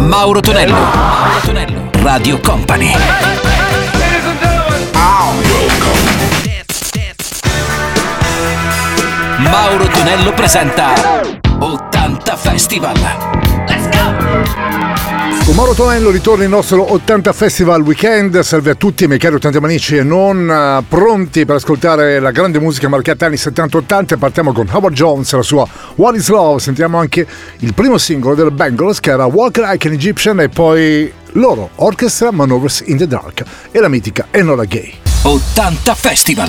Mauro Tonello. Mauro Tonello. Radio Company. Mauro Tonello presenta 80 Festival. Let's go! Con Mauro Tonello ritorna il nostro 80 Festival Weekend. Salve a tutti, miei cari 80 amici e non, pronti per ascoltare la grande musica marcata anni 70-80. Partiamo con Howard Jones e la sua What Is Love. Sentiamo anche il primo singolo del Bangles, che era Walk Like an Egyptian, e poi loro, Orchestra Maneuvers in the Dark e la mitica Enola Gay. 80 Festival.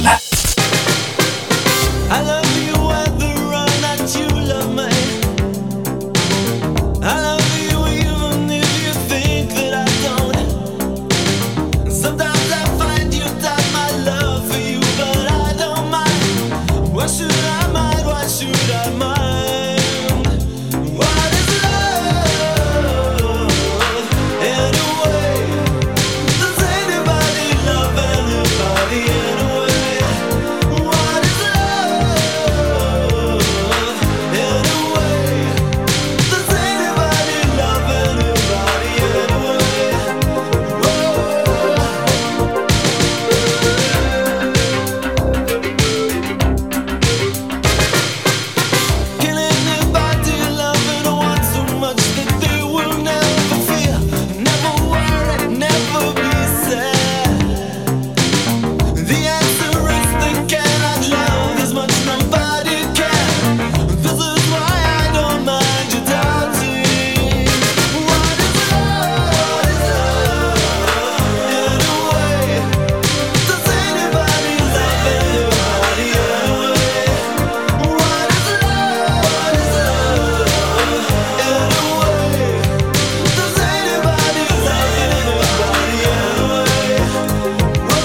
I love you whether or not you love me. I love you even if you think that I don't. Sometimes I find you doubt my love for you, but I don't mind. Why should I mind? Why should I mind? What is love anyway? Does anybody love anybody anyway? What is love anyway? Does anybody love anybody anyway? Can anybody love anyone so much that they will never fear, never worry, never be sad? The answer is they cannot love as much, nobody can. This is why I don't mind you doubting. What is love anyway? Does anybody love anybody anyway? What is love anyway? Does anybody love anybody anyway?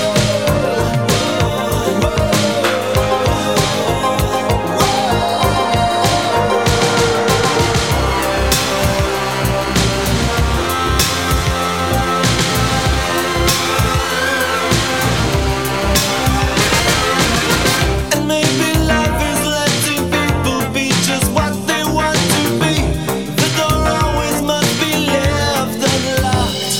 And maybe life is letting people be just what they want to be. The door always must be left unlocked.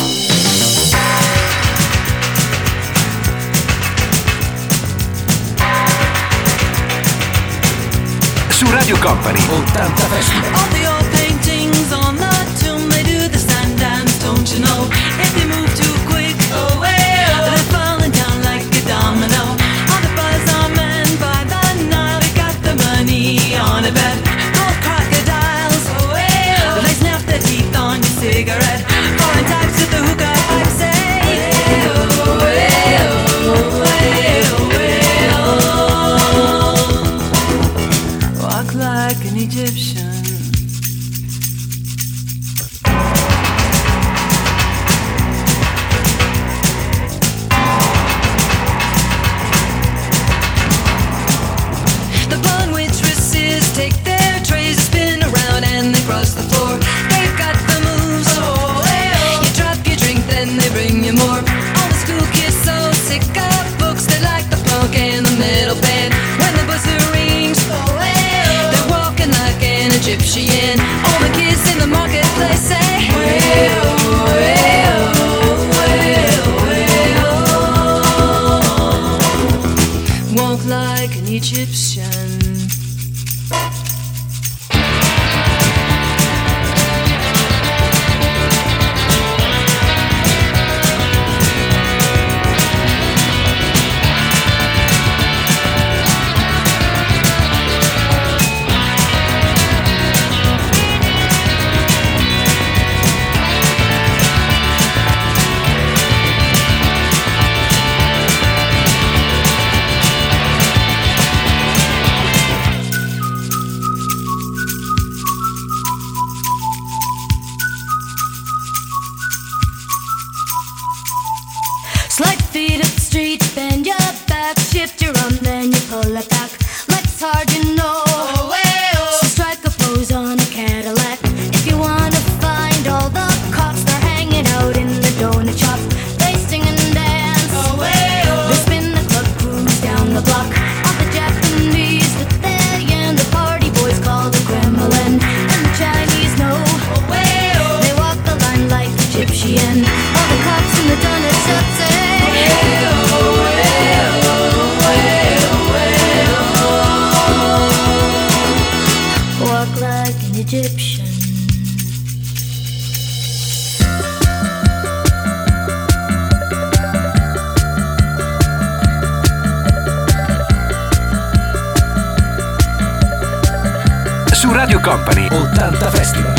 Su Radio Company 80 Festival. All the old paintings on the tomb, they do the sun dance, don't you know? If they move too quick, they're falling down like a domino. All the buzz are men by the Nile, they got the money on a bet. Gold crocodiles, they snap their teeth on your cigarette. Foreign types at the hookah pipe say, walk like an Egyptian. Radio Company 80 Festival.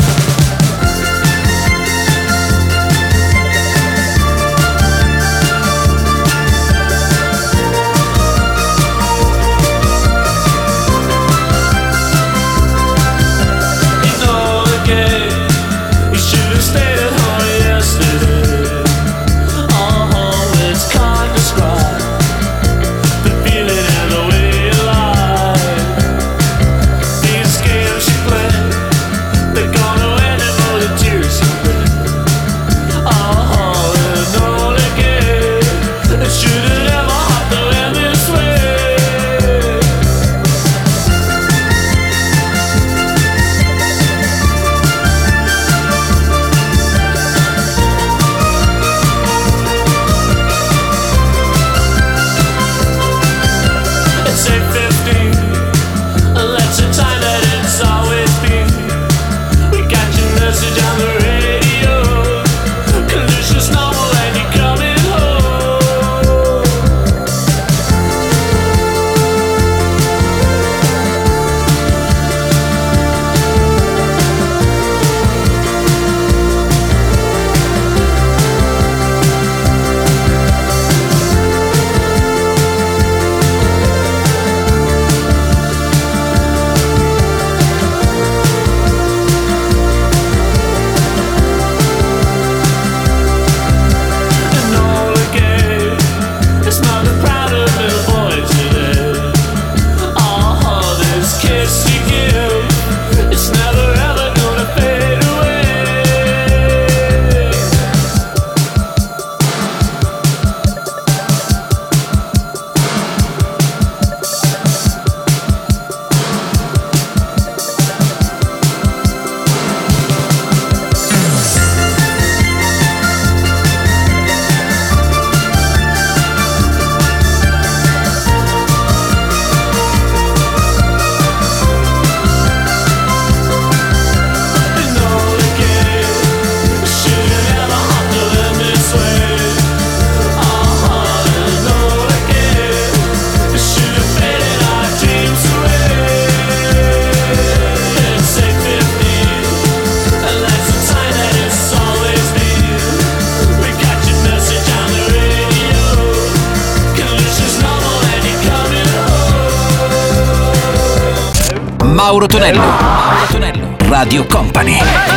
Mauro Tonello. Mauro Tonello. Radio Company.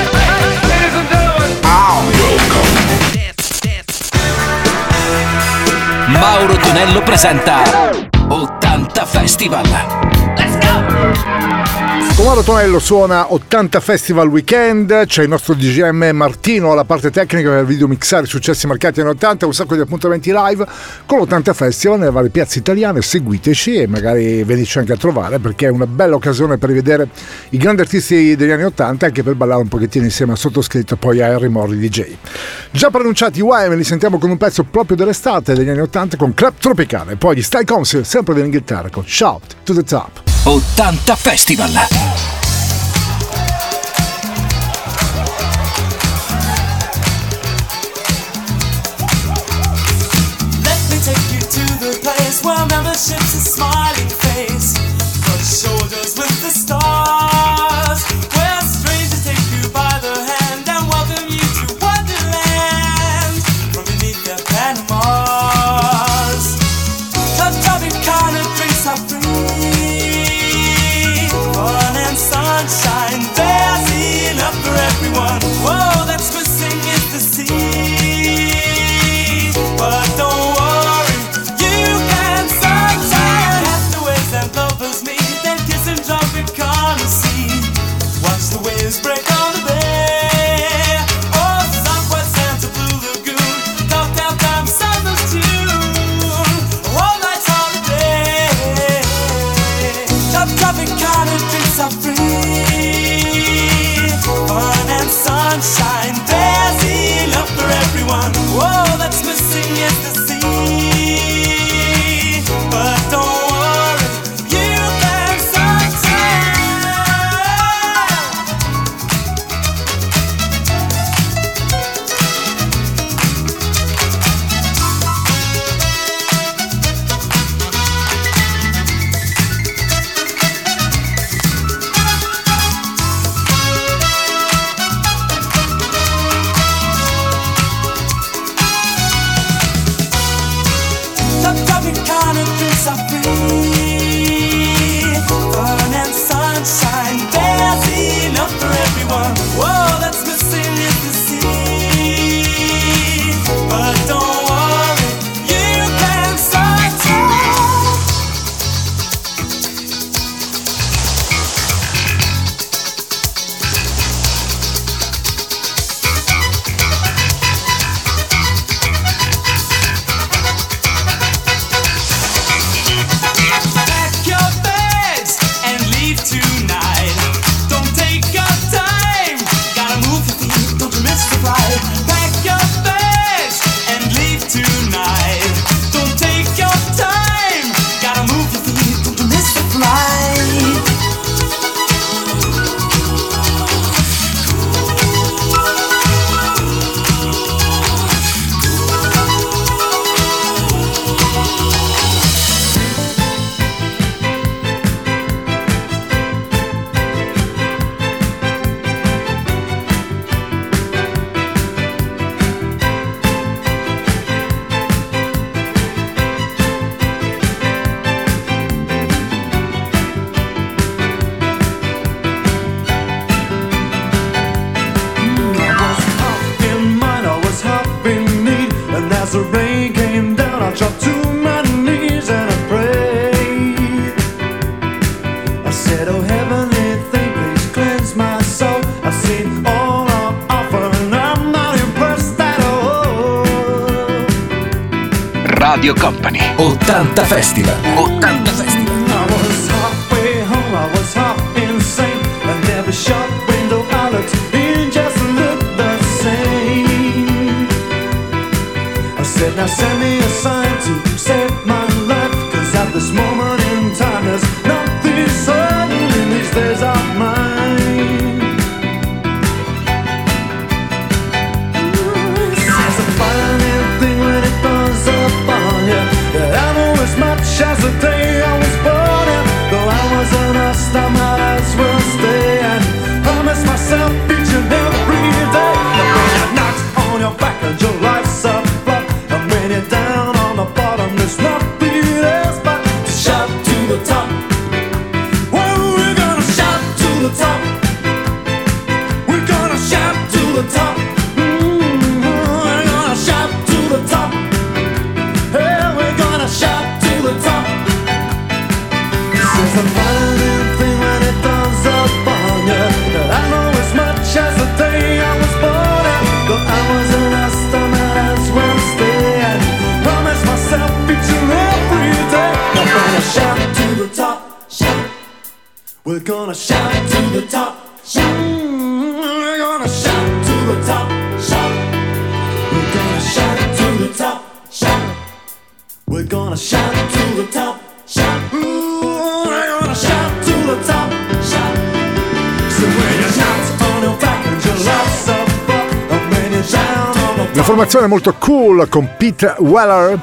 Mauro Tonello presenta 80 Festival. Let's go! Con Mauro Tonello suona 80 Festival Weekend, c'è il nostro DJM Martino alla parte tecnica per video mixare i successi marcati anni 80, un sacco di appuntamenti live con l'80 Festival nelle varie piazze italiane. Seguiteci e magari veniteci anche a trovare, perché è una bella occasione per rivedere i grandi artisti degli anni 80 e anche per ballare un pochettino insieme a sottoscritto e poi a Harry Morri DJ. Già pronunciati UM, li sentiamo con un pezzo proprio dell'estate degli anni 80 con Club Tropicale, poi gli Style Council sempre dell'Inghilterra con Shout to the Top. 80 Festival. Where membership's a smiling face, but shoulders with the stars, where strangers take you by the hand and welcome you to Wonderland from beneath their Panamas. Club Tropicana drinks are free, fun and Radio Company. 80 Festival. 80 Festival. I was halfway home, I was half insane, and every shop window I looked in just looked the same. I said, now send me a sign to save my life, 'cause at this moment in time there's nothing certain in these days of mine. It's a funny thing when it does up on you. I know as much as the day I was born in, though I wasn't asked, I might as well stay and promise myself each and every day that when you're knocked on your back and your life's a flop, and when you're down on the bottom, there's nothing else but to shout to the top. Well, we're gonna shout to the top. We're gonna shout to the top. We're gonna shout to the top. Hey, we're gonna shout to the top. It's a funny thing when it does up on you. I know as much as the day I was born in, though I wasn't asked, I might as well stay and promise myself each and every day I'm gonna shout to the top. Shout. We're gonna shout to the top. Shout. We're gonna shout to the top. Shout. We're gonna shout to the top. Shout. We're gonna shout to the top. Shout. We're gonna shout to the top. Shout. So when you're knocked on your back and your life's up, and when you're down on the Una formazione molto cool con Peter Weller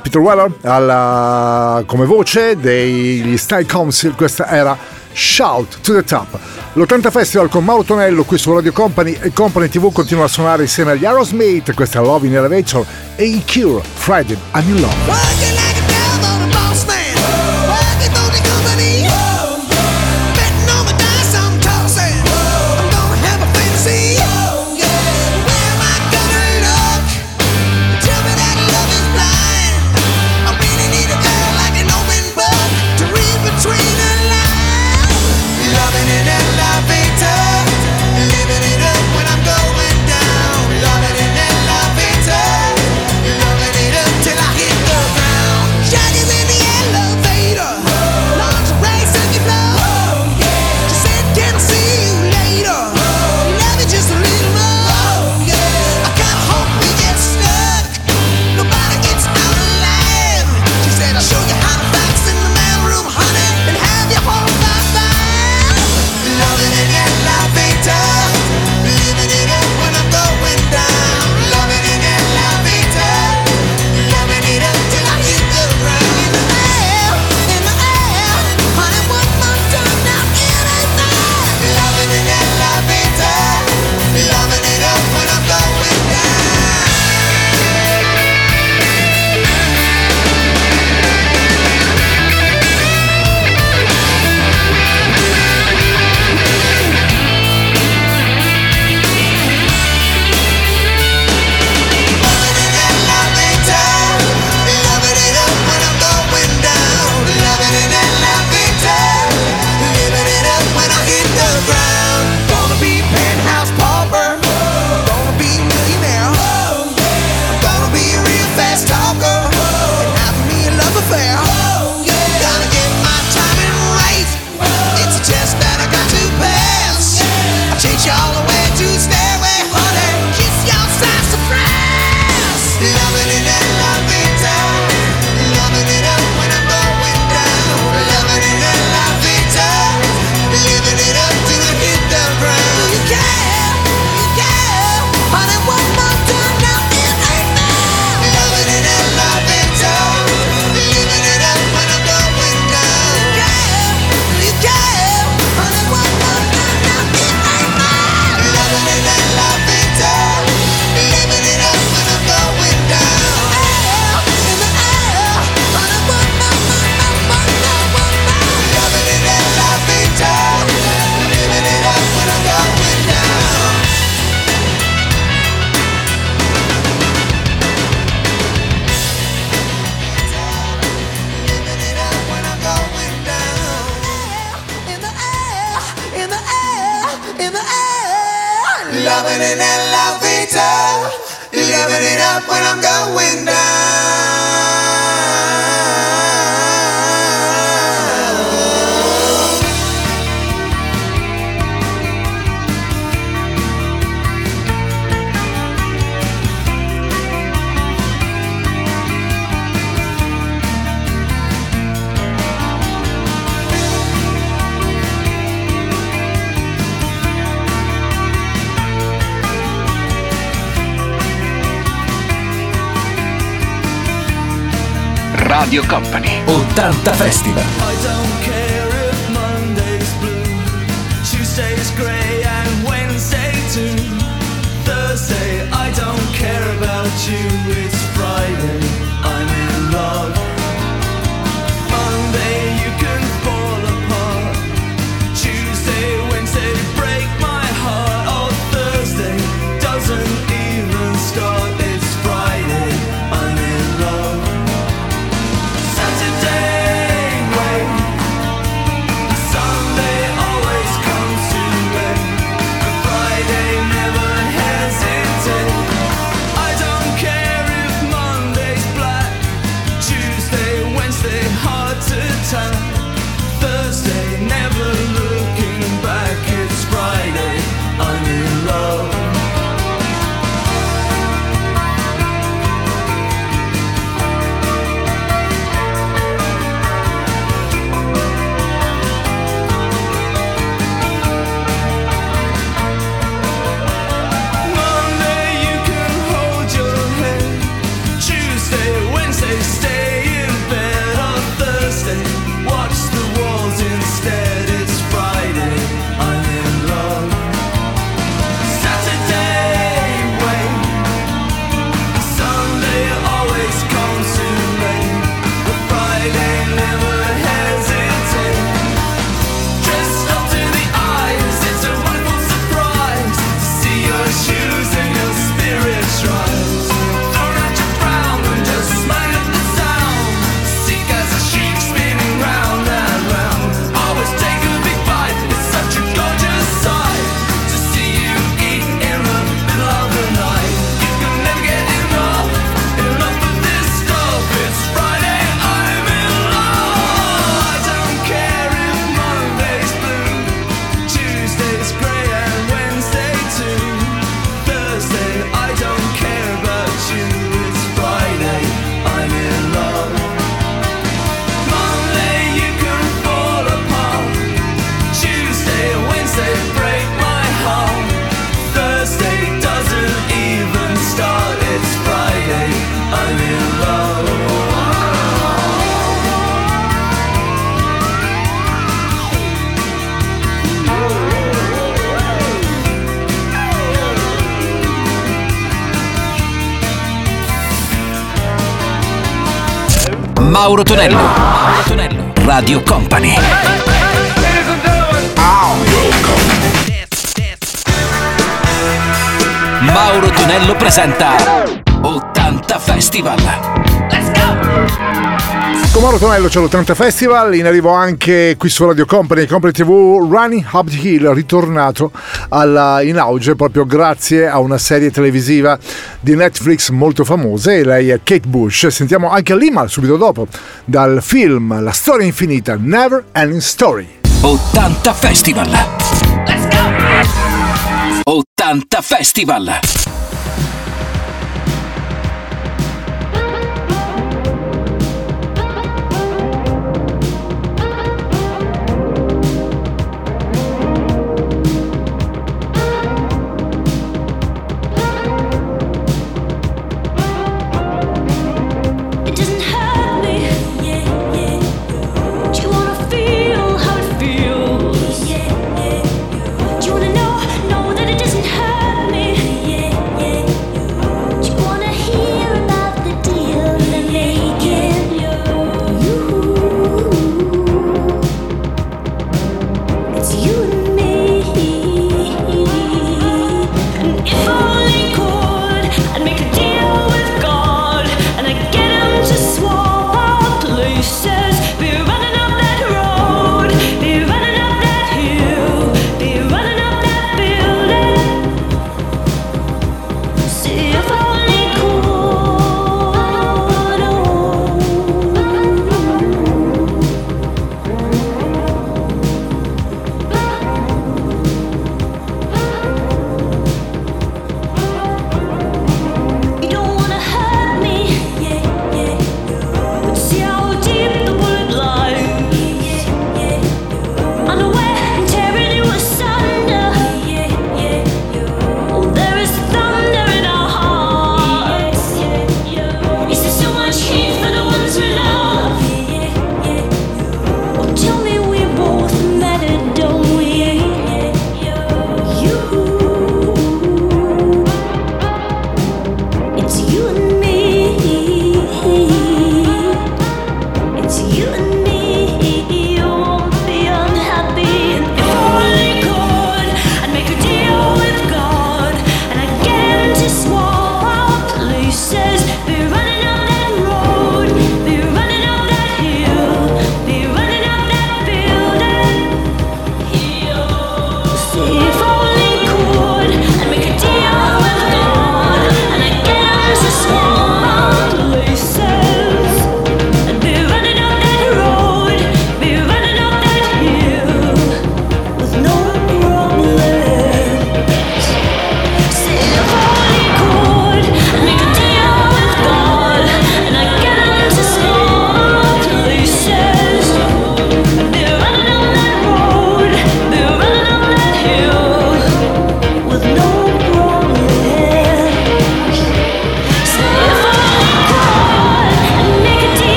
come voce degli Style Council. Questa era Shout to the Top. L'80 Festival con Mauro Tonello qui su Radio Company, e Company TV continua a suonare insieme agli Aerosmith. Questa è Love in Elevator e i Cure, Friday I'm in Love. Working like a dog on a boss man. Working for the company. Betting on the dice I'm tossing. I'm gonna have a fantasy. Where am I gonna look? Tell me that love is blind. I really need a girl like an open book to read between the lines. Loving in an elevator. Living it up when I'm going down. Loving in an elevator. Loving it up till I hit the ground. Shaggy's in the elevator. Lingerie suck your blood. She said, can I see you later? Love it just a little more. I kinda hope we get stuck. Nobody gets out alive. She said, I'll show you how to box in the mailroom, honey, and have you home by five. Loving in an elevator. Living it up when I'm going down. Loving in an elevator. Loving it up till I hit the ground. In the air, honey, one more time now, it ain't fair. Loving in an elevator. Loving it up when I'm going down. Loving in an elevator. Loving it up when I'm going down. Loving in an elevator. Living it up when I hit the ground. Gonna be penthouse pauper. Gonna be millionaire. I'm gonna be a real fast talker and have me a love affair. Gotta get my timing right. It's a test that I got to pass. I'll chase you all the way to the stairway, honey. Kiss you outside surprise. Loving in an elevator. Loving it up when I'm going down. Loving in an elevator. Living it up till I hit the ground. You care, honey, one more time now, it ain't fair. Loving in an elevator. Living it up when I'm going down. You care, honey, one more time now, it ain't fair. Loving in an elevator. Living it up when I'm going down. In the air, honey, one more. Loving in an elevator. Living it up when I'm going down. Living it up when I'm going down. In the air, in the air, in the air. Loving in an elevator. Living it up when I'm going down. Radio Company. 80 Festival. I don't care if Monday's blue, Tuesday's grey and Wednesday too. Thursday, I don't care about you, it's Friday, I'm in love. Monday, you can fall apart. Tuesday, Wednesday, break my heart. Oh, Thursday doesn't even start, it's Friday, I'm in love. Saturday, wait. Sunday always comes too late, but Friday never hesitate. I don't care if Monday's black, Tuesday, Wednesday hard to tell, Thursday never looking back, it's Friday, I'm in love. Monday you can hold your head, Tuesday, Wednesday stay in bed. On Thursday watch the walls instead, it's Friday, I'm in love. Saturday, wait. Sunday always comes too late, but Friday never hesitate. Dressed up to the eyes, it's a wonderful surprise to see your shoes and your spirits rise. Throw out your frown and just smile at the sound. Seek as a sheep spinning round and round. Always take a big bite, it's such a gorgeous sight to see you eat in the middle of the night. You can never get enough of this stuff. It's Friday, I'm in love. I don't care if Monday's blue, Tuesday's grey and Wednesday too. Thursday, I don't care about you, it's Friday, I'm in love. Monday, you can fall apart. Tuesday, Wednesday, break my heart. Thursday doesn't even start, it's Friday, I'm in love. Mauro Tonello. Mauro Tonello. Radio Company. Mauro Tonello presenta 80 Festival. Let's go! Con Mauro Tonello c'è l'80 Festival, in arrivo anche qui su Radio Company, Company TV, Running Up the Hill, ritornato in auge proprio grazie a una serie televisiva di Netflix molto famosa, e lei è Kate Bush. Sentiamo anche Lima subito dopo, dal film La storia infinita, Never Ending Story. 80 Festival. Let's go! 80 Festival. It doesn't hurt me. Do you wanna feel how it feels? Do you wanna know that it doesn't hurt me?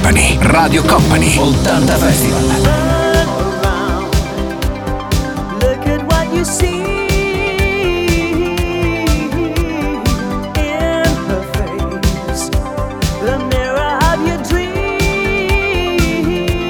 Company, Radio Company, 80 Festival. Look at what you see in her face, the mirror of your dream.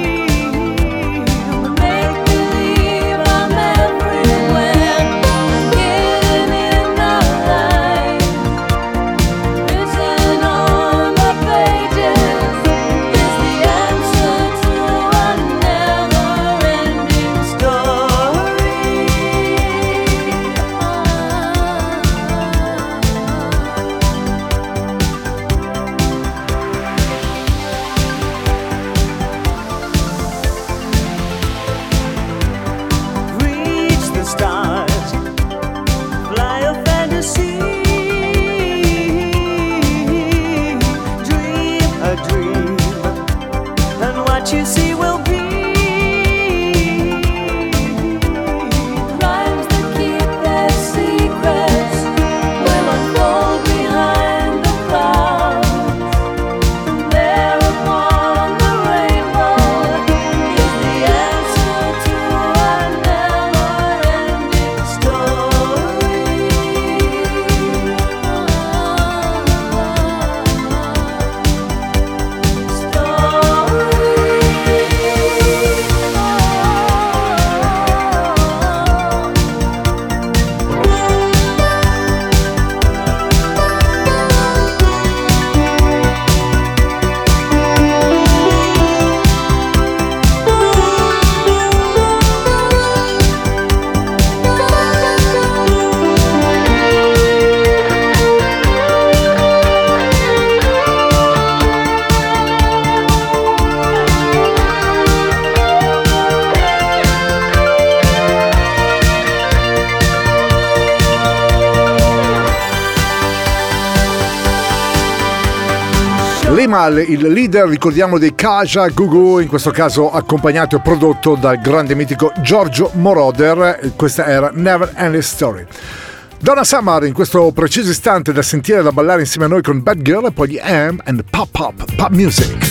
Make believe I'm everywhere, hidden in the light. Written on the pages is the answer to a never-ending story. Reach the stars, fly a fantasy, dream a dream, and what you see will be rhymes that keep their secrets will unfold behind the clouds. There upon the rainbow is the answer to a never-ending story. Limal, il leader, ricordiamo, dei Kaja Gugu, in questo caso accompagnato e prodotto dal grande mitico Giorgio Moroder. Questa era Never Ending Story. Donna Summer in questo preciso istante, da sentire e da ballare insieme a noi con Bad Girl, e poi gli AM and Pop Music.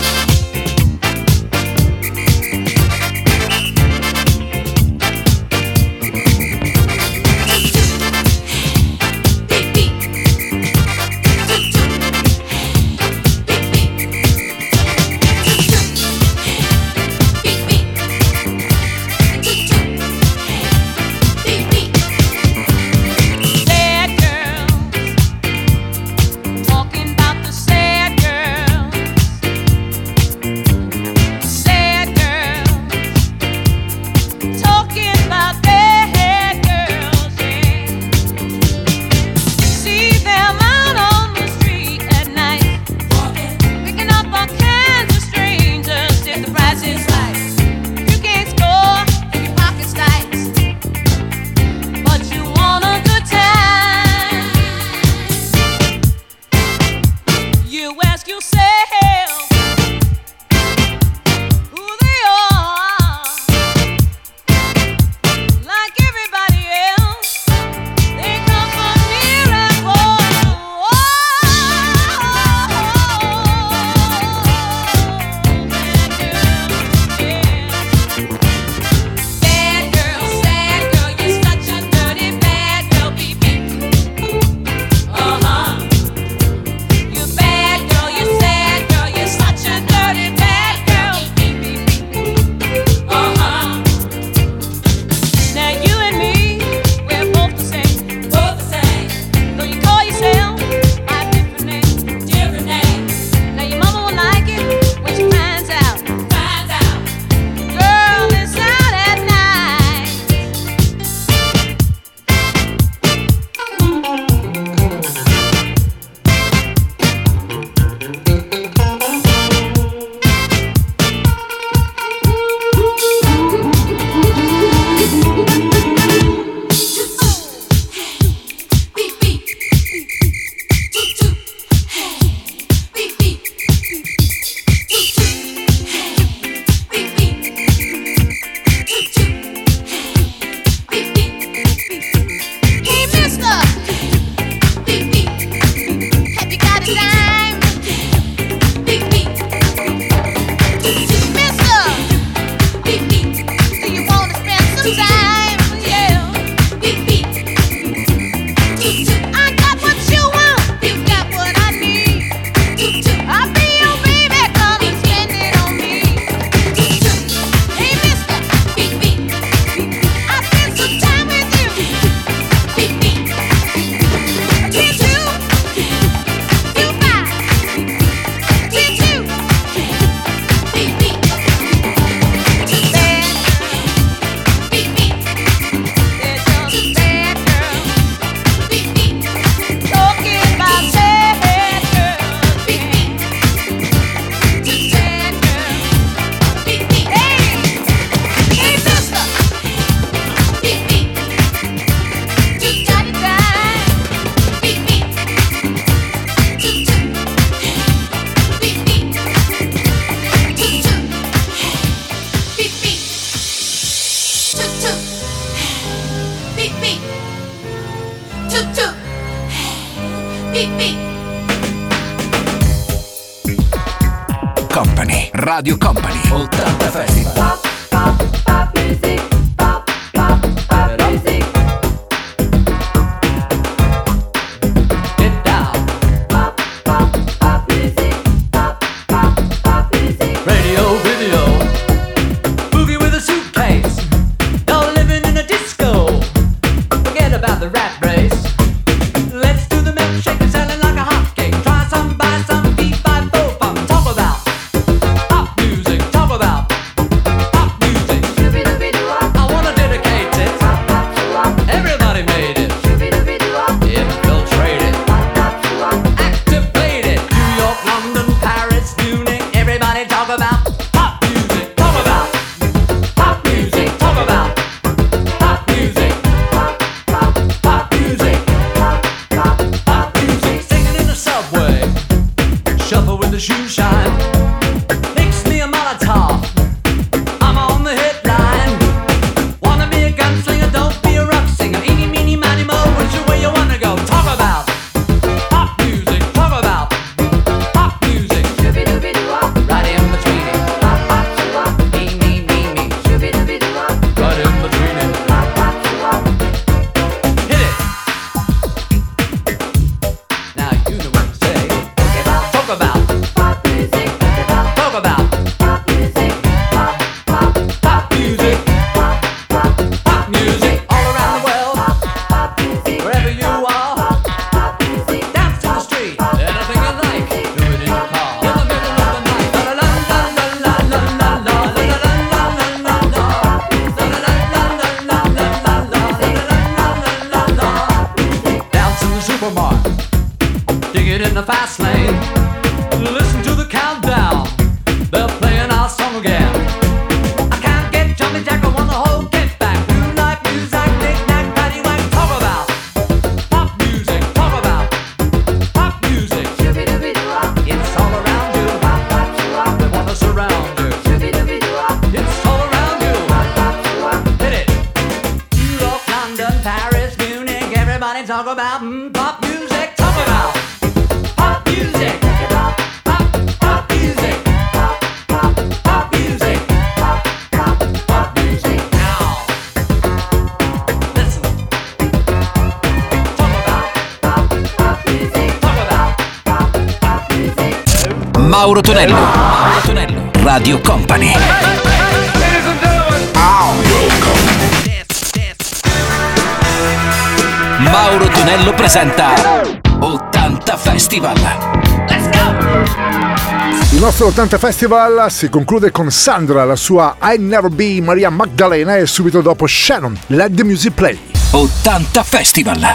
Sad girls, talking about the sad girls. Company, Radio Company, 80 Festival. Radio, video, boogie with a suitcase. You're living in a disco. Forget about the rat race. Let's do the milkshake and selling like a hotcake. Try some, buy some, beat by both. Talk about pop music. Talk about pop music. I wanna dedicate it. Everybody made it. Infiltrated, activated. New York, London, Paris, Munich. Everybody talk about pop music. Talk about pop music. Talk about pop music. Pop music. Pop music. Singing in the subway. Shuffle with the shoe shine. Mix me a Molotov. I'm on the hit line. Wanna be a gunslinger, don't be a rock singer. Eeny, meeny, miny, mo, which way you wanna go? Talk about pop music. Talk about pop music. Right in between it. Me, me, me, me. Right in between it. Hit it. Now you know what to say. Talk about pop music. Talk about pop music. Pop music. Pop music. All around the world. Wherever you are. Dance to the street. Anything you like. Do it in your car. In the middle of the night. La la la la la la la la la la la la la la la. Down to the supermarket. Dig it in the fast lane. Listen to the countdown. They're playing our song again. I can't get jumping jack. I want the whole get back. New life, music, knick-knack, paddywhack. Talk about pop music. Talk about pop music. It's all around you. They want to surround you. It's all around you. Hit it. New York, London, Paris, Munich. Everybody talk about pop music. Talk about pop music. Pop music. Pop music. Pop music. Now, listen. Talk about pop music. Talk about Mauro Tonello, Mauro Tonello, Radio Company. Mauro Tonello presenta 80 Festival. Il nostro 80 Festival si conclude con Sandra, la sua I Never Be Maria Magdalena, e subito dopo Shannon, Let the Music Play. 80 Festival.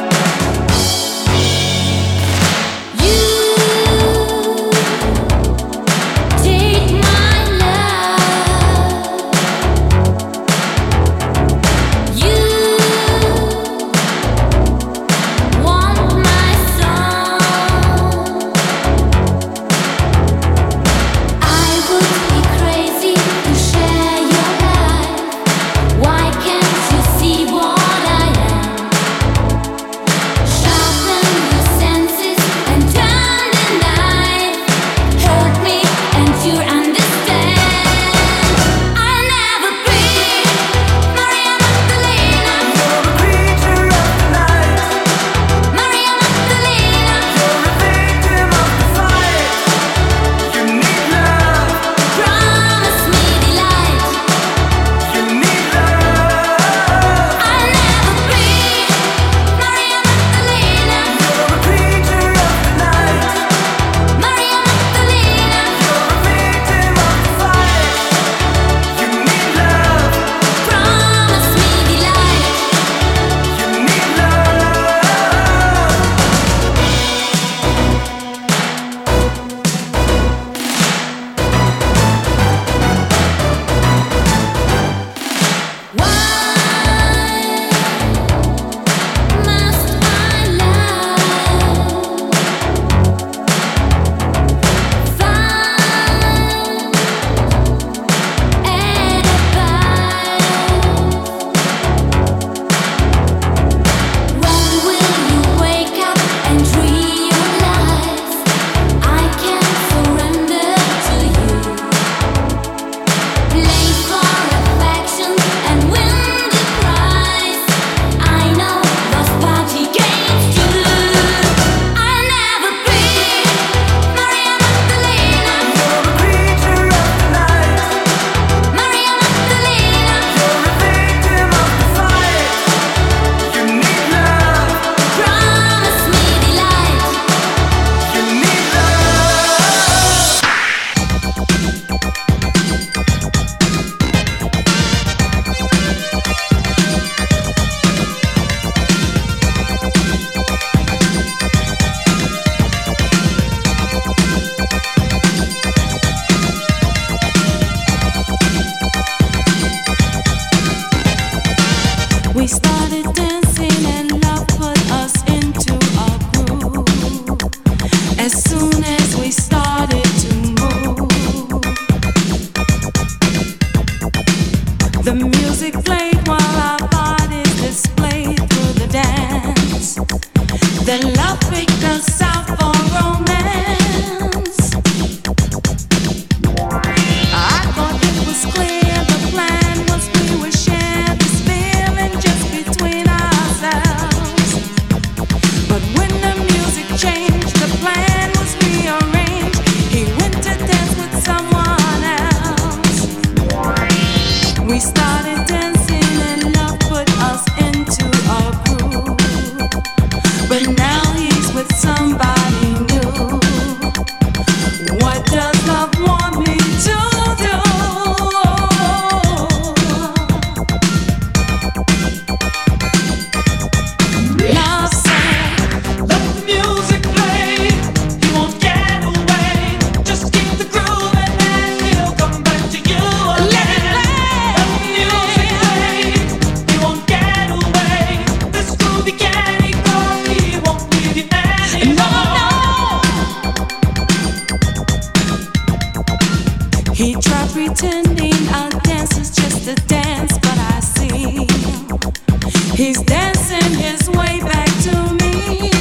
You We started dancing and love put us into a groove. As soon as we started to move, the music played while our bodies displayed through the dance. Then love picked us out for romance. I thought it was clear the plan was we would share this feeling just between ourselves. But when the music changed, the plan was rearranged. He went to dance with someone else. We started dancing and love put us into a groove. But now he's with somebody new. What does love want me to do? Love said, let the music play. He won't get away. Just keep the groove and he'll come back to you again. Let the music play. He won't get away. This groove he can't ignore. He won't leave you anymore. He tried pretending our dance is just a dance, but I see he's dancing his way back to me.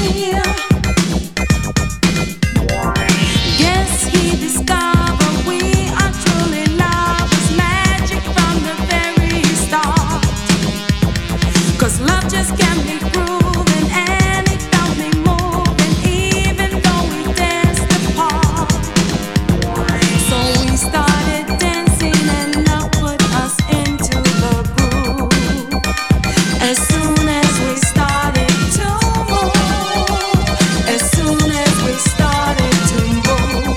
Yes, he discovered we are truly lovers, magic from the very start. 'Cause love just can't be proven, and it felt me moving, even though we danced apart. So we started dancing and love put us into the groove. As soon as we started to move, as soon as we started to move,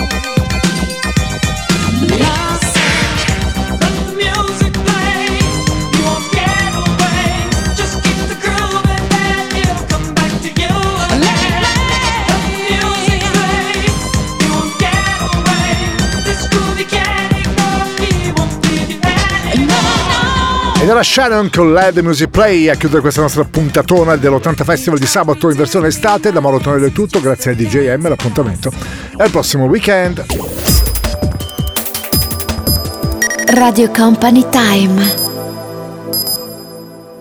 love said, let the music play. You won't get away. Just keep the groove and then he'll come back to you again. Let the music play. You won't get away. This groove you can't ignore. He won't leave you anymore. Ed era Shannon con Let the Music Play a chiudere questa nostra puntatona dell'80 Festival di sabato in versione estate. Da Mauro Tonello è tutto, grazie a DJM, l'appuntamento è il prossimo weekend. Radio Company Time.